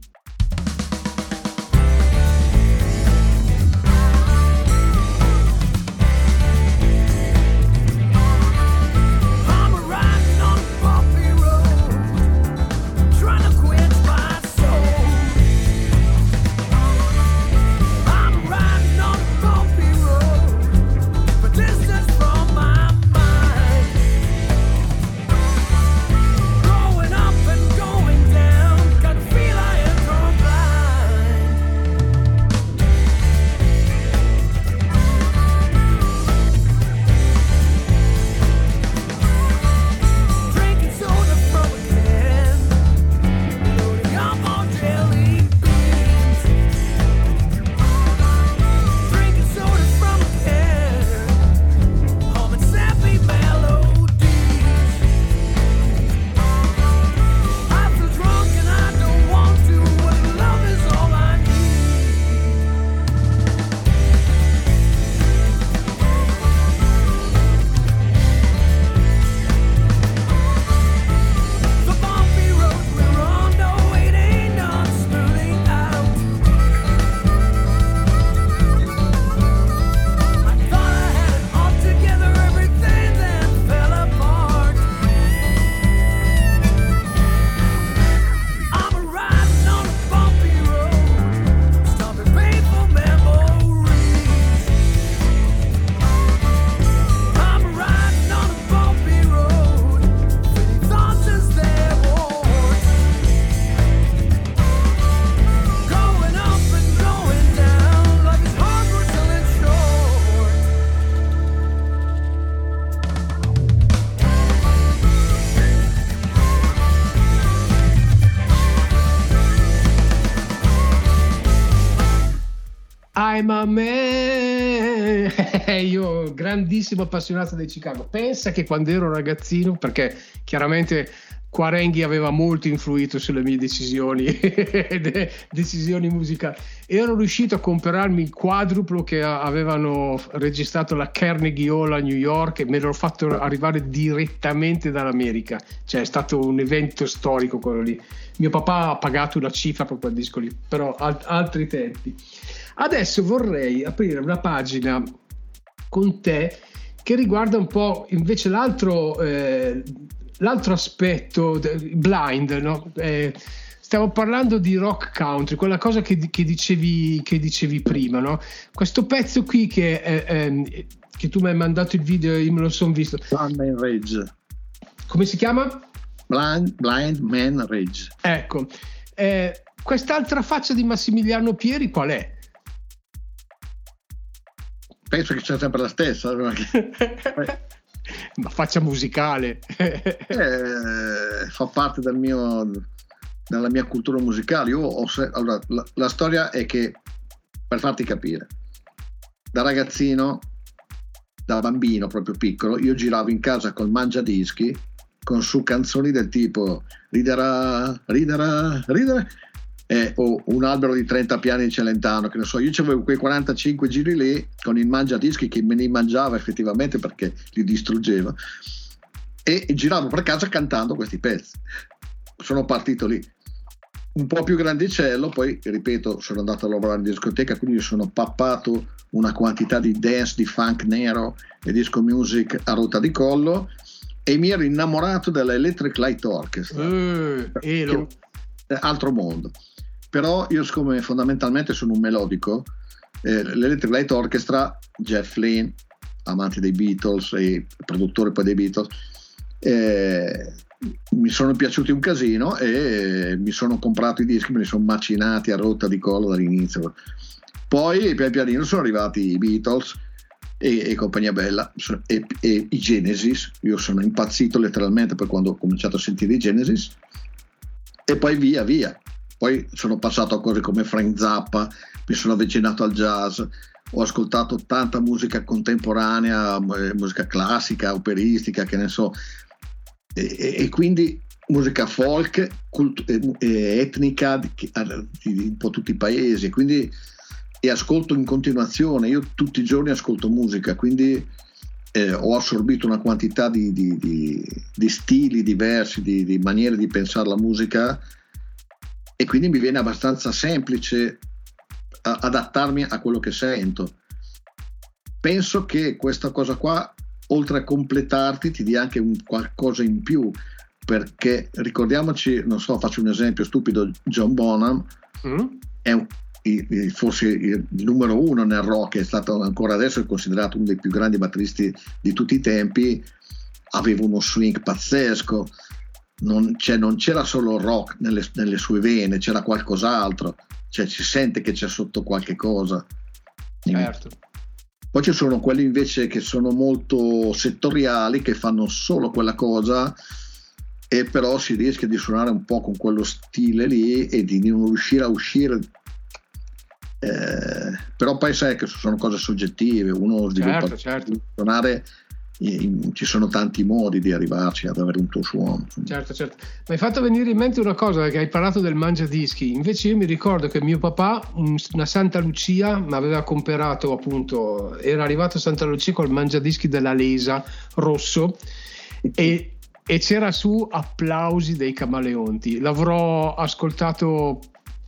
I'm a man. Io grandissimo appassionato di Chicago. Pensa che quando ero ragazzino, perché chiaramente Quarenghi aveva molto influito sulle mie decisioni decisioni musicali, ero riuscito a comprarmi il quadruplo che avevano registrato la Carnegie Hall a New York e me l'ho fatto arrivare direttamente dall'America. Cioè è stato un evento storico quello lì. Mio papà ha pagato una cifra per quel disco lì, però alt- altri tempi. Adesso vorrei aprire una pagina con te che riguarda un po' invece l'altro eh, l'altro aspetto, blind, no? Eh, stiamo parlando di rock country, quella cosa che, che dicevi che dicevi prima, no? Questo pezzo qui che, eh, che tu mi hai mandato il video, io me lo sono visto. Blind Man Rage. Come si chiama? Blind, Blind Man Rage. Ecco, eh, quest'altra faccia di Massimiliano Pieri qual è? Penso che sia sempre la stessa. Ma faccia musicale. eh, fa parte del mio, della mia cultura musicale. Io ho, allora, la, la storia è che, per farti capire, da ragazzino, da bambino proprio piccolo, io giravo in casa col mangiadischi con su canzoni del tipo riderà, riderà, riderà, eh, o un albero di trenta piani in Celentano, che ne so, io avevo quei quarantacinque giri lì con il mangiadischi che me li mangiava effettivamente perché li distruggeva, e giravo per casa cantando questi pezzi. Sono partito lì un po' più grandicello, poi ripeto sono andato a lavorare in discoteca, quindi sono pappato una quantità di dance, di funk nero e disco music a rotta di collo, e mi ero innamorato dell'Electric Light Orchestra, uh, che, altro mondo. però io siccome fondamentalmente sono un melodico, eh, l'Electric Light Orchestra, Jeff Lynne, amante dei Beatles e produttore poi dei Beatles, eh, mi sono piaciuti un casino e mi sono comprato i dischi, me li sono macinati a rotta di collo dall'inizio. Poi pian pianino sono arrivati i Beatles e, e compagnia bella e, e i Genesis. Io sono impazzito letteralmente per quando ho cominciato a sentire i Genesis, e poi via via poi sono passato a cose come Frank Zappa, mi sono avvicinato al jazz, ho ascoltato tanta musica contemporanea, musica classica, operistica, che ne so, e, e quindi musica folk, cult- e etnica di, di un po' tutti i paesi, quindi, e ascolto in continuazione. Io tutti i giorni ascolto musica, quindi eh, ho assorbito una quantità di, di, di, di stili diversi, di, di maniere di pensare la musica, e quindi mi viene abbastanza semplice a, adattarmi a quello che sento. Penso che questa cosa qua, oltre a completarti, ti dia anche un qualcosa in più, perché ricordiamoci, non so, faccio un esempio stupido, John Bonham mm. è un, forse il numero uno nel rock, è stato ancora adesso è considerato uno dei più grandi batteristi di tutti i tempi, aveva uno swing pazzesco, non, cioè, non c'era solo rock nelle, nelle sue vene, c'era qualcos'altro, cioè si sente che c'è sotto qualche cosa. Certo. Poi ci sono quelli invece che sono molto settoriali, che fanno solo quella cosa, e però si rischia di suonare un po' con quello stile lì e di non riuscire a uscire. Eh, però poi sai che sono cose soggettive, uno sviluppa, certo, certo. suonare, in, ci sono tanti modi di arrivarci ad avere un tuo suono. Certo, certo. Mi hai fatto venire in mente una cosa, che hai parlato del mangiadischi. Invece io mi ricordo che mio papà una Santa Lucia mi aveva comprato, appunto, era arrivato a Santa Lucia col mangiadischi della Lesa rosso e, e c'era su Applausi dei Camaleonti. L'avrò ascoltato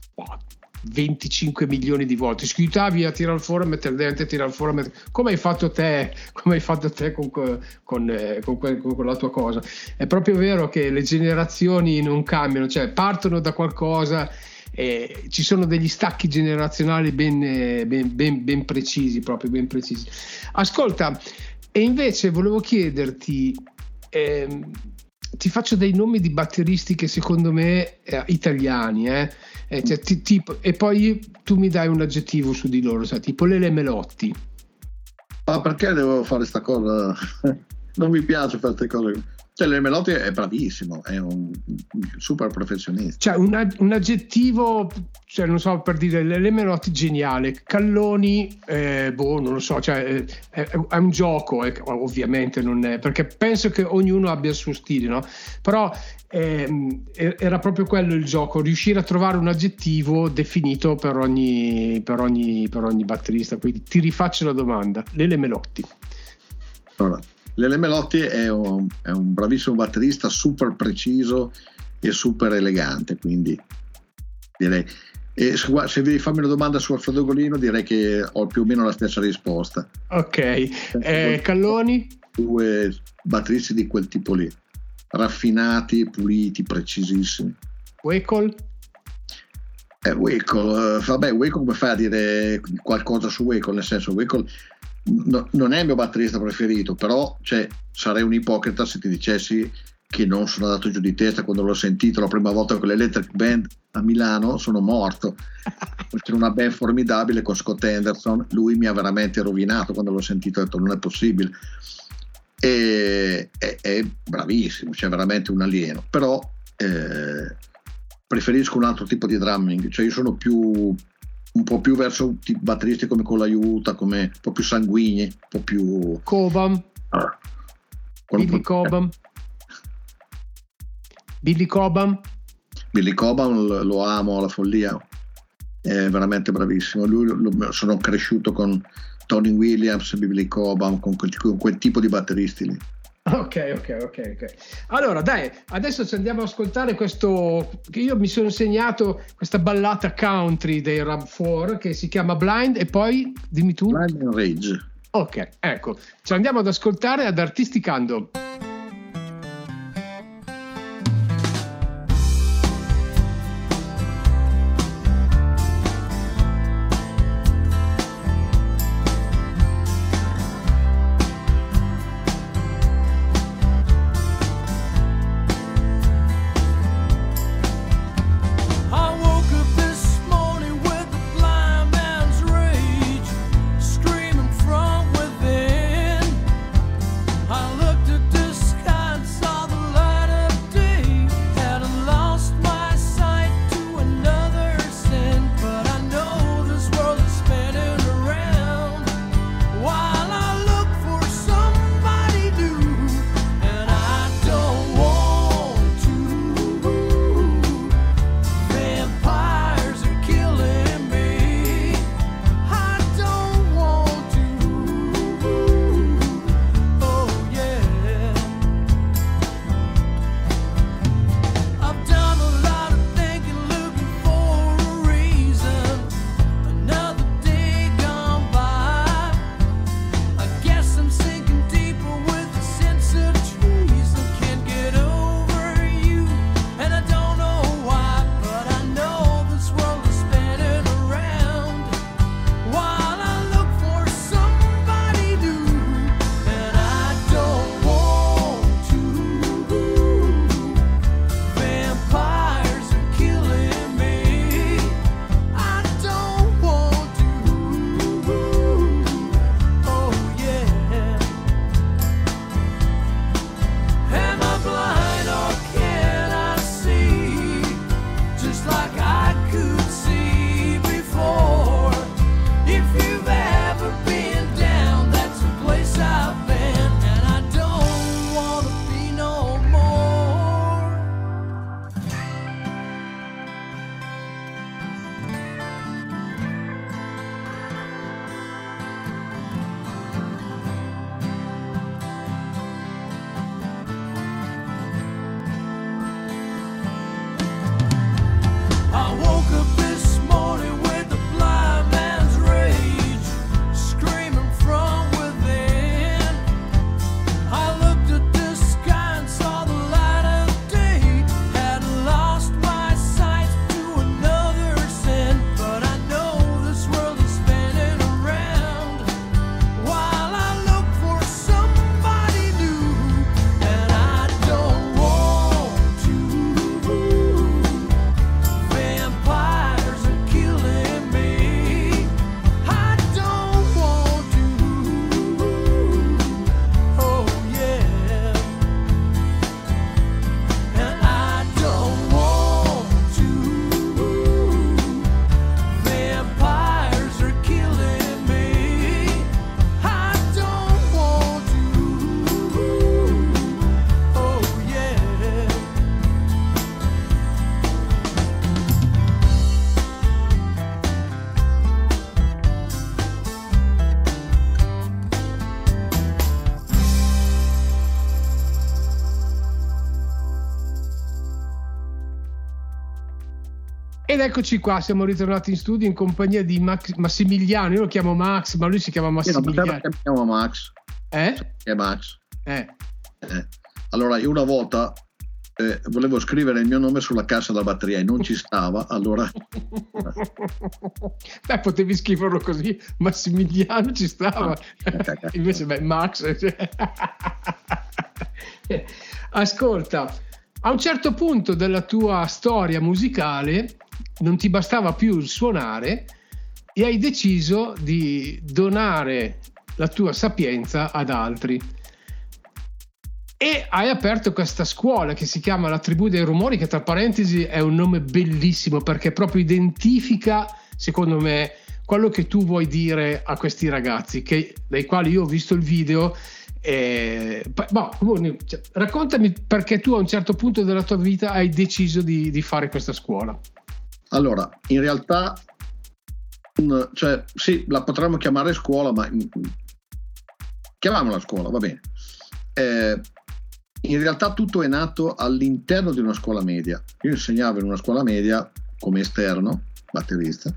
venticinque milioni di volte. Schiutavi a tirare fuori, a mettere dentro, a tirare fuori, a mettere... come hai fatto te, come hai fatto te con, con, eh, con, con, con la tua cosa. È proprio vero che le generazioni non cambiano, cioè partono da qualcosa, e ci sono degli stacchi generazionali ben, ben, ben, ben precisi, proprio ben precisi. Ascolta, e invece volevo chiederti, ehm, ti faccio dei nomi di batteristi che secondo me eh, italiani, eh, eh cioè, ti, tipo, e poi tu mi dai un aggettivo su di loro, sai, tipo Lele Melotti. Ma perché devo fare sta cosa? Non mi piace fare queste cose. Cioè, Lele Melotti è bravissimo, è un super professionista. Cioè, un, un aggettivo, cioè, non so, per dire, Lele Melotti geniale, Calloni, eh, boh, non lo so, cioè, è, è un gioco, è, ovviamente non è, perché penso che ognuno abbia il suo stile, no? Però eh, era proprio quello il gioco, riuscire a trovare un aggettivo definito per ogni, per ogni, per ogni batterista. Quindi ti rifaccio la domanda, Lele Melotti. Allora, Lele Melotti è un, è un bravissimo batterista, super preciso e super elegante, quindi direi, e se, se devi farmi una domanda su Alfredo Golino, direi che ho più o meno la stessa risposta. Ok, eh, Calloni? Due batteristi di quel tipo lì, raffinati, puliti, precisissimi. Wacol? Eh, Wacol, vabbè, Wacol, come fai a dire qualcosa su Wacol? Nel senso, Wacol no, non è il mio batterista preferito, però cioè, sarei un ipocrita se ti dicessi che non sono andato giù di testa quando l'ho sentito la prima volta con l'Electric Band a Milano. Sono morto. C'era una band formidabile con Scott Henderson, lui mi ha veramente rovinato quando l'ho sentito, ho detto non è possibile. E, è, è bravissimo, c'è cioè veramente un alieno, però eh, preferisco un altro tipo di drumming, cioè io sono più un po' più verso batteristi come Colaiuta, come un po' più sanguigni, un po' più Cobham, ah, Billy Cobham Billy Cobham Billy Cobham lo amo alla follia, è veramente bravissimo. Lui lo, sono cresciuto con Tony Williams, Billy Cobham, con quel, con quel tipo di batteristi lì. Ok, ok, ok, ok. Allora, dai, adesso ci andiamo ad ascoltare questo, che io mi sono segnato, questa ballata country dei Rab quattro che si chiama Blind, e poi dimmi tu. Blind and Rage. Ok, ecco, ci andiamo ad ascoltare ad Artisticando. Ed eccoci qua, siamo ritornati in studio in compagnia di Max, Massimiliano. Io lo chiamo Max, ma lui si chiama Massimiliano. Io non chiamo Max. Eh? È Max. Eh. Eh. Allora, io una volta eh, volevo scrivere il mio nome sulla cassa della batteria e non ci stava, allora... Beh, potevi scriverlo così, Massimiliano ci stava. Ah, invece, beh, Max... Ascolta, a un certo punto della tua storia musicale non ti bastava più suonare e hai deciso di donare la tua sapienza ad altri e hai aperto questa scuola che si chiama La Tribù dei Rumori, che tra parentesi è un nome bellissimo perché proprio identifica, secondo me, quello che tu vuoi dire a questi ragazzi che, dai quali io ho visto il video. Eh, boh, cioè, raccontami perché tu a un certo punto della tua vita hai deciso di, di fare questa scuola. Allora, in realtà, cioè, sì, la potremmo chiamare scuola, ma chiamiamola scuola, va bene. Eh, in realtà tutto è nato all'interno di una scuola media. Io insegnavo in una scuola media come esterno, batterista,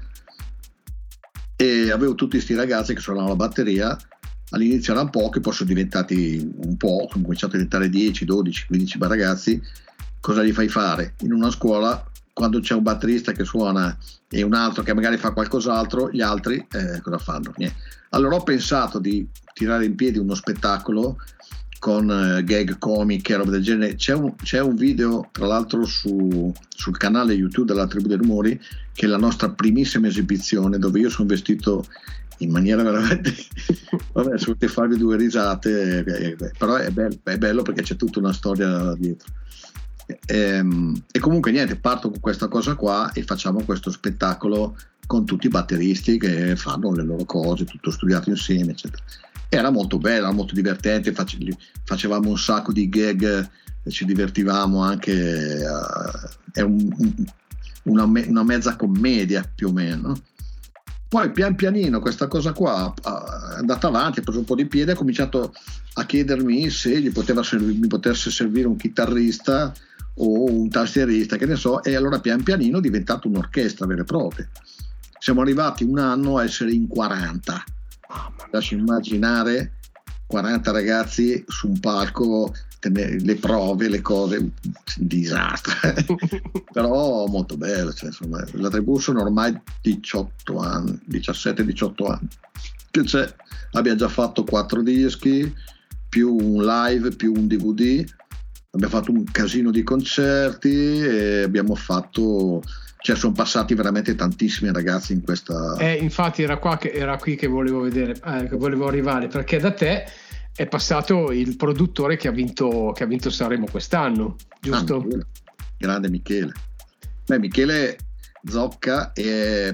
e avevo tutti questi ragazzi che suonavano la batteria. All'inizio erano pochi, poi sono diventati un po', sono cominciato a diventare dieci, dodici, quindici ragazzi. Cosa gli fai fare? In una scuola, quando c'è un batterista che suona e un altro che magari fa qualcos'altro, gli altri eh, cosa fanno? Niente. Allora ho pensato di tirare in piedi uno spettacolo con eh, gag comic e roba del genere. C'è un, c'è un video, tra l'altro, su, sul canale YouTube della Tribù dei Rumori, che è la nostra primissima esibizione, dove io sono vestito in maniera veramente vabbè, se volete farvi due risate, eh, però è bello, è bello perché c'è tutta una storia dietro. E, e comunque niente, parto con questa cosa qua e facciamo questo spettacolo con tutti i batteristi che fanno le loro cose, tutto studiato insieme, eccetera. Era molto bello, era molto divertente, face, facevamo un sacco di gag, ci divertivamo anche, uh, è un, una, una mezza commedia più o meno. Poi pian pianino questa cosa qua è andata avanti, ha preso un po' di piede, ha cominciato a chiedermi se gli poteva servir, mi potesse servire un chitarrista o un tastierista, che ne so, e allora pian pianino è diventato un'orchestra vera e propria. Siamo arrivati un anno a essere in quaranta. Lasci immaginare quaranta ragazzi su un palco, le prove, le cose, un disastro. Però molto bello, cioè, insomma, la tribù sono ormai diciotto anni, diciassette diciotto anni che c'è, abbiamo già fatto quattro dischi più un live più un D V D, abbiamo fatto un casino di concerti e abbiamo fatto, cioè sono passati veramente tantissimi ragazzi in questa eh, infatti era qua che era qui che volevo vedere, eh, che volevo arrivare, perché da te è passato il produttore che ha vinto che ha vinto Sanremo quest'anno, giusto? Ah, Michele. Grande Michele. Beh, Michele Zocca è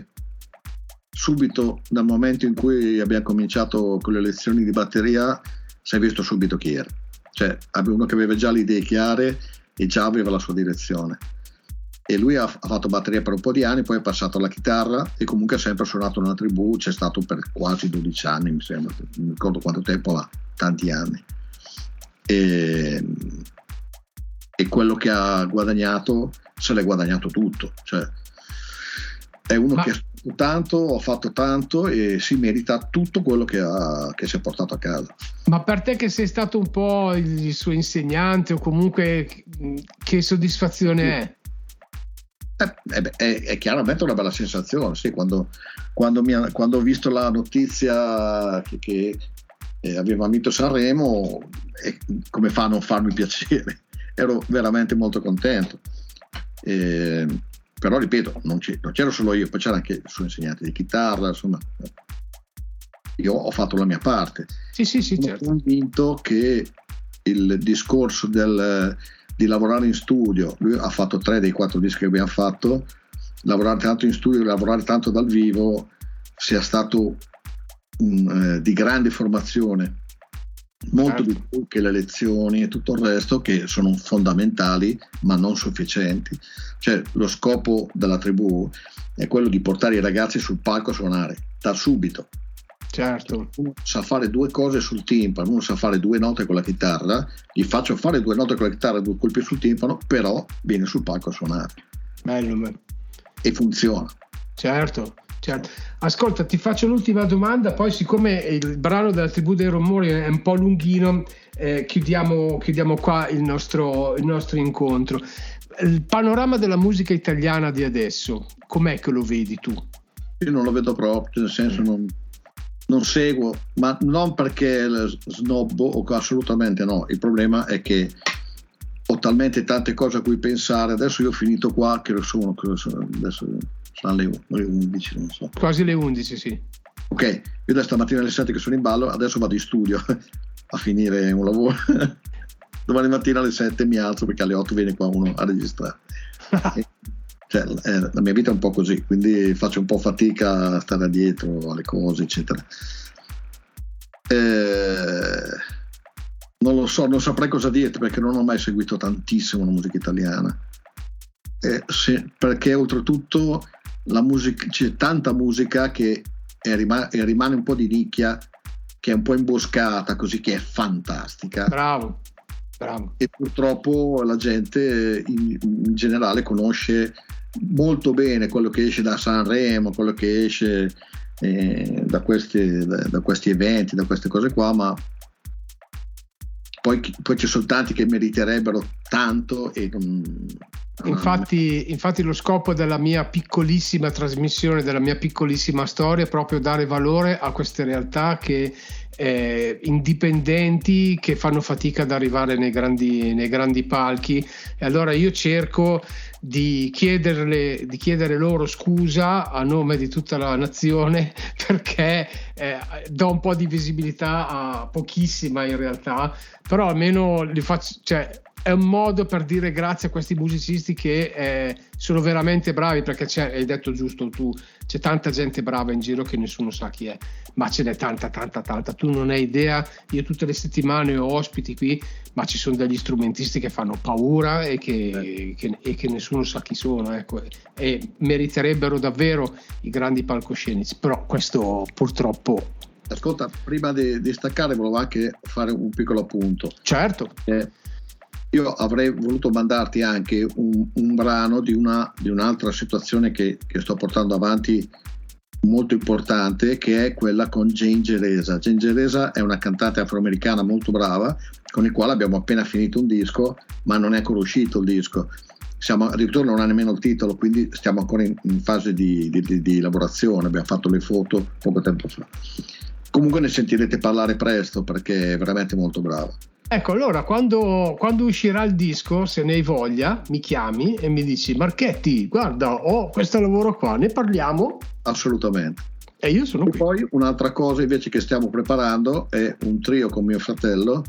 subito dal momento in cui abbiamo cominciato con le lezioni di batteria, si è visto subito chi era. Cioè, aveva uno che aveva già le idee chiare e già aveva la sua direzione. E lui ha, ha fatto batteria per un po' di anni, poi è passato alla chitarra e comunque ha sempre suonato nella tribù, c'è stato per quasi dodici anni, mi sembra, non ricordo quanto tempo, ma tanti anni. E, e quello che ha guadagnato se l'è guadagnato tutto, cioè è uno ma... che ha fatto tanto, ha fatto tanto e si merita tutto quello che, ha, che si è portato a casa. Ma per te che sei stato un po' il suo insegnante o comunque che soddisfazione sì. è? Eh, beh, è, è chiaramente una bella sensazione, sì, quando, quando, mi ha, quando ho visto la notizia che, che eh, aveva vinto Sanremo, eh, come fa a non farmi piacere? Ero veramente molto contento. Eh, però ripeto, non, non c'ero solo io, poi c'era anche il suo insegnante di chitarra, insomma, io ho fatto la mia parte. Sì, sì, sì, sono certo. convinto che il discorso del di lavorare in studio, lui ha fatto tre dei quattro dischi che abbiamo fatto, lavorare tanto in studio, lavorare tanto dal vivo sia stato um, eh, di grande formazione, molto certo. Di più che le lezioni e tutto il resto, che sono fondamentali ma non sufficienti. Cioè lo scopo della tribù è quello di portare i ragazzi sul palco a suonare da subito. Certo. Uno sa fare due cose sul timpano, uno sa fare due note con la chitarra, gli faccio fare due note con la chitarra, due colpi sul timpano, però viene sul palco a suonare. Bello, bello. e funziona. Certo, certo. Ascolta, ti faccio l'ultima domanda, poi siccome il brano della tribù dei rumori è un po' lunghino, eh, chiudiamo, chiudiamo qua il nostro, il nostro incontro. Il panorama della musica italiana di adesso, com'è che lo vedi tu? Io non lo vedo proprio, nel senso non, non seguo, ma non perché snobbo, o assolutamente no. Il problema è che ho talmente tante cose a cui pensare. Adesso io ho finito qua, che lo sono, che lo sono adesso sono le, le undici, non so. Quasi le undici, sì. Ok, io da stamattina alle sette che sono in ballo, adesso vado in studio a finire un lavoro. Domani mattina alle sette mi alzo perché alle otto viene qua uno a registrare. Cioè, eh, la mia vita è un po' così, quindi faccio un po' fatica a stare dietro alle cose, eccetera. Eh, non lo so, non saprei cosa dirti perché non ho mai seguito tantissimo la musica italiana. Eh, se, perché oltretutto la musica, c'è tanta musica che è rimane, rimane un po' di nicchia, che è un po' imboscata, così, che è fantastica. Bravo. Bravo. E purtroppo la gente in, in generale conosce molto bene quello che esce da Sanremo, quello che esce eh, da, questi, da, da questi eventi, da queste cose qua, ma poi, poi ci sono tanti che meriterebbero tanto e non, Infatti, infatti lo scopo della mia piccolissima trasmissione, della mia piccolissima storia è proprio dare valore a queste realtà che eh, indipendenti, che fanno fatica ad arrivare nei grandi, nei grandi palchi, e allora io cerco di chiederle, di chiedere loro scusa a nome di tutta la nazione, perché eh, do un po' di visibilità a pochissima in realtà, però almeno li faccio, cioè è un modo per dire grazie a questi musicisti che eh, sono veramente bravi, perché c'è, hai detto giusto tu, c'è tanta gente brava in giro che nessuno sa chi è, ma ce n'è tanta tanta tanta, tu non hai idea. Io tutte le settimane ho ospiti qui, ma ci sono degli strumentisti che fanno paura e che, eh. che, e che nessuno sa chi sono, ecco, e meriterebbero davvero i grandi palcoscenici, però questo purtroppo. Ascolta, prima di, di staccare volevo anche fare un piccolo appunto. Certo. Eh, io avrei voluto mandarti anche un, un brano di, una, di un'altra situazione che, che sto portando avanti, molto importante, che è quella con Jane Geresa. Jane Geresa è una cantante afroamericana molto brava, con il quale abbiamo appena finito un disco, ma non è ancora uscito il disco. Siamo, addirittura non ha nemmeno il titolo, quindi stiamo ancora in, in fase di, di, di, di elaborazione. Abbiamo fatto le foto poco tempo fa. Comunque ne sentirete parlare presto, perché è veramente molto brava. Ecco, allora quando, quando uscirà il disco, se ne hai voglia, mi chiami e mi dici: Marchetti, guarda, ho questo lavoro qua, ne parliamo? Assolutamente. E io sono e qui. Poi un'altra cosa invece che stiamo preparando è un trio con mio fratello,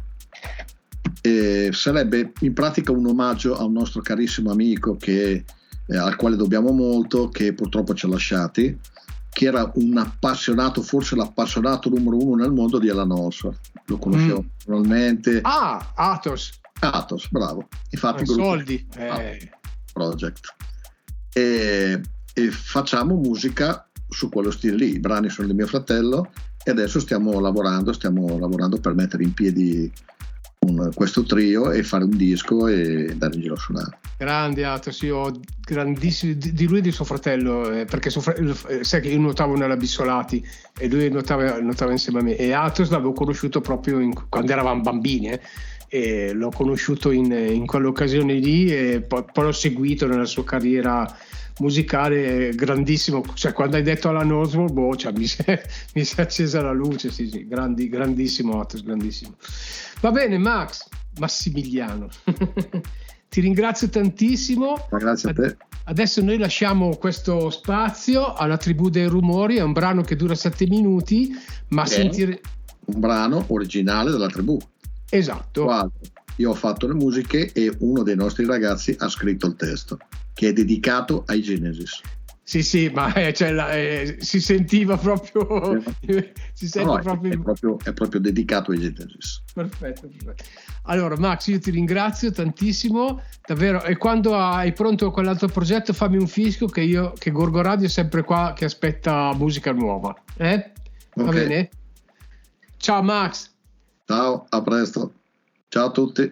e sarebbe in pratica un omaggio a un nostro carissimo amico che, eh, al quale dobbiamo molto, che purtroppo ci ha lasciati, che era un appassionato, forse l'appassionato numero uno nel mondo di Alan Allsworth. Lo conoscevo mm. personalmente. Ah, Athos. Athos, bravo. Infatti, eh, soldi. Eh. Project. E, e facciamo musica su quello stile lì. I brani sono di mio fratello e adesso stiamo lavorando, stiamo lavorando per mettere in piedi un, questo trio e fare un disco e andare in giro a suonare. Grande Athos, io ho grandissimo di, di lui e di suo fratello, eh, perché suo fratello, eh, sai che io nuotavo nella Bissolati e lui nuotava, nuotava insieme a me, e Athos l'avevo conosciuto proprio in, quando eravamo bambini, eh, e l'ho conosciuto in, in quell'occasione lì, e poi, poi l'ho seguito nella sua carriera musicale, grandissimo, cioè quando hai detto Alan Allsworth, boh, cioè, mi, si è, mi si è accesa la luce, sì sì, grandi, grandissimo Athos, grandissimo. Va bene Max, Massimiliano. Ti ringrazio tantissimo. Grazie a te. Adesso noi lasciamo questo spazio alla Tribù dei Rumori, è un brano che dura sette minuti, ma sentire un brano originale della Tribù. Esatto. Quando io ho fatto le musiche e uno dei nostri ragazzi ha scritto il testo, che è dedicato ai Genesis. Sì, sì, ma eh, cioè, la, eh, si sentiva proprio, si sente no, proprio... È, proprio... è proprio dedicato ai Genesis. Perfetto, perfetto. Allora Max, io ti ringrazio tantissimo, davvero, e quando hai pronto quell'altro progetto fammi un fischio, che io, che Gorgo Radio è sempre qua che aspetta musica nuova, eh? Va okay. bene? Ciao Max. Ciao, a presto. Ciao a tutti.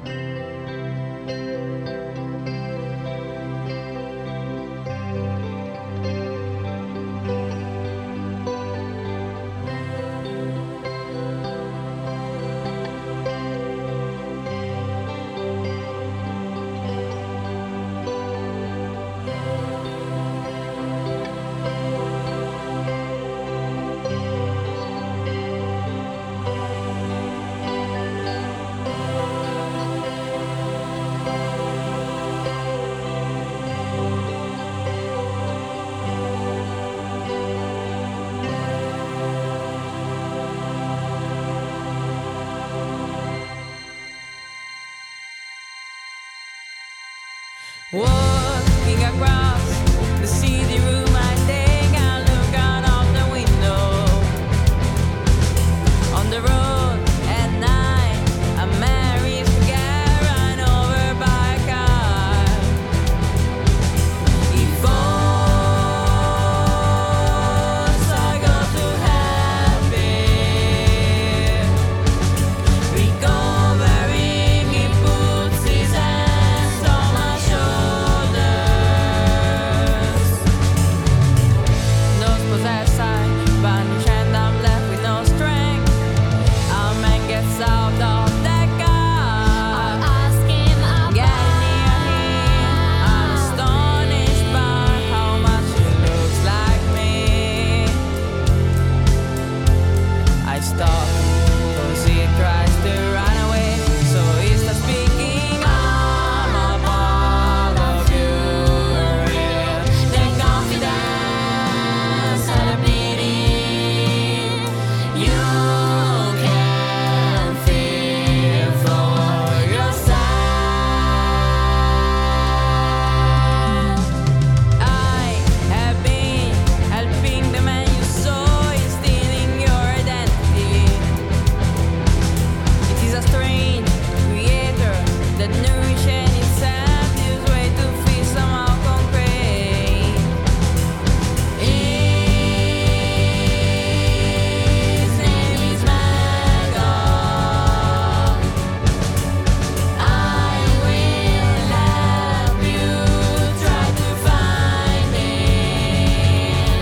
Walking across the city room, I take a look out of the window. On the road at night, a married girl run over by a car. He falls, I go to happy. Recovering, he puts his hands on my shoulders. No possessed I vanish and I'm left with no strength. Our man gets out of the car. I'll ask him about Get near him. I'm astonished by how much he looks like me. I stop, cause he tries to run away. So he starts speaking. I'm a part of you. The confidence and the pity you can feel for yourself. I have been helping the man you saw is stealing your identity. It is a strange creator that nourishes itself this way to feel somehow concrete. His name is Magog. I will help you try to find him.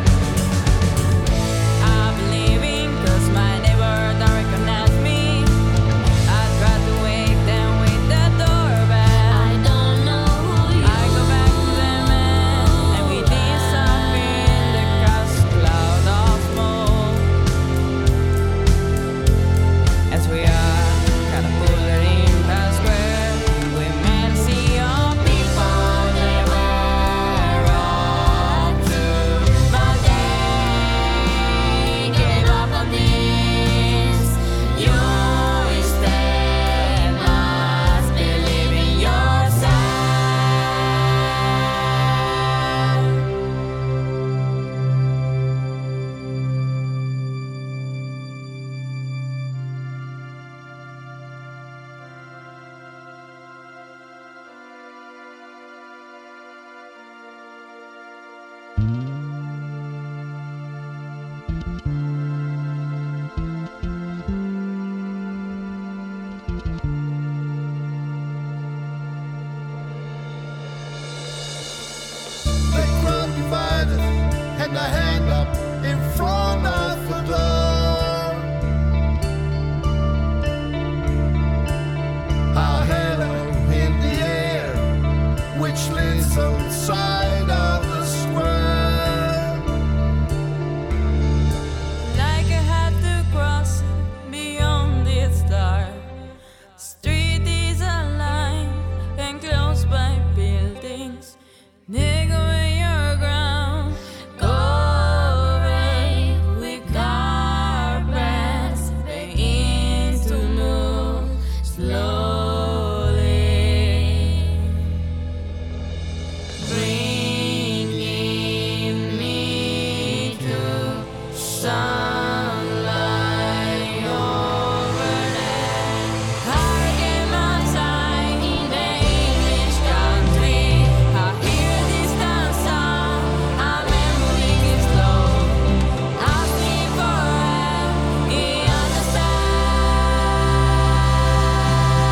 I'm leaving cause my neighbor don't recognize me. I try to wake them with the doorbell. I don't know who you I go back to the man and we disappear in the cast cloud of smoke. As we are catapulted in the square, we met a sea of people that were up to, but they gave up on this. You instead must believe in yourself. The crowd divided and I hand up in front of the door. A halo in the air which leads outside of the square. Like I had to cross beyond its dark. Street is alive and closed by buildings. Dig away your ground, go away with carpets. Begin to move slowly, bringing me to sunlight over there. Hurricane outside in the English country. I hear distant sound. I'm moving slow. Asking for help. He understands.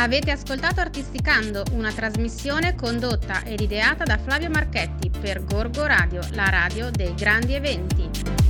Avete ascoltato Artisticando, una trasmissione condotta ed ideata da Flavio Marchetti per Gorgo Radio, la radio dei grandi eventi.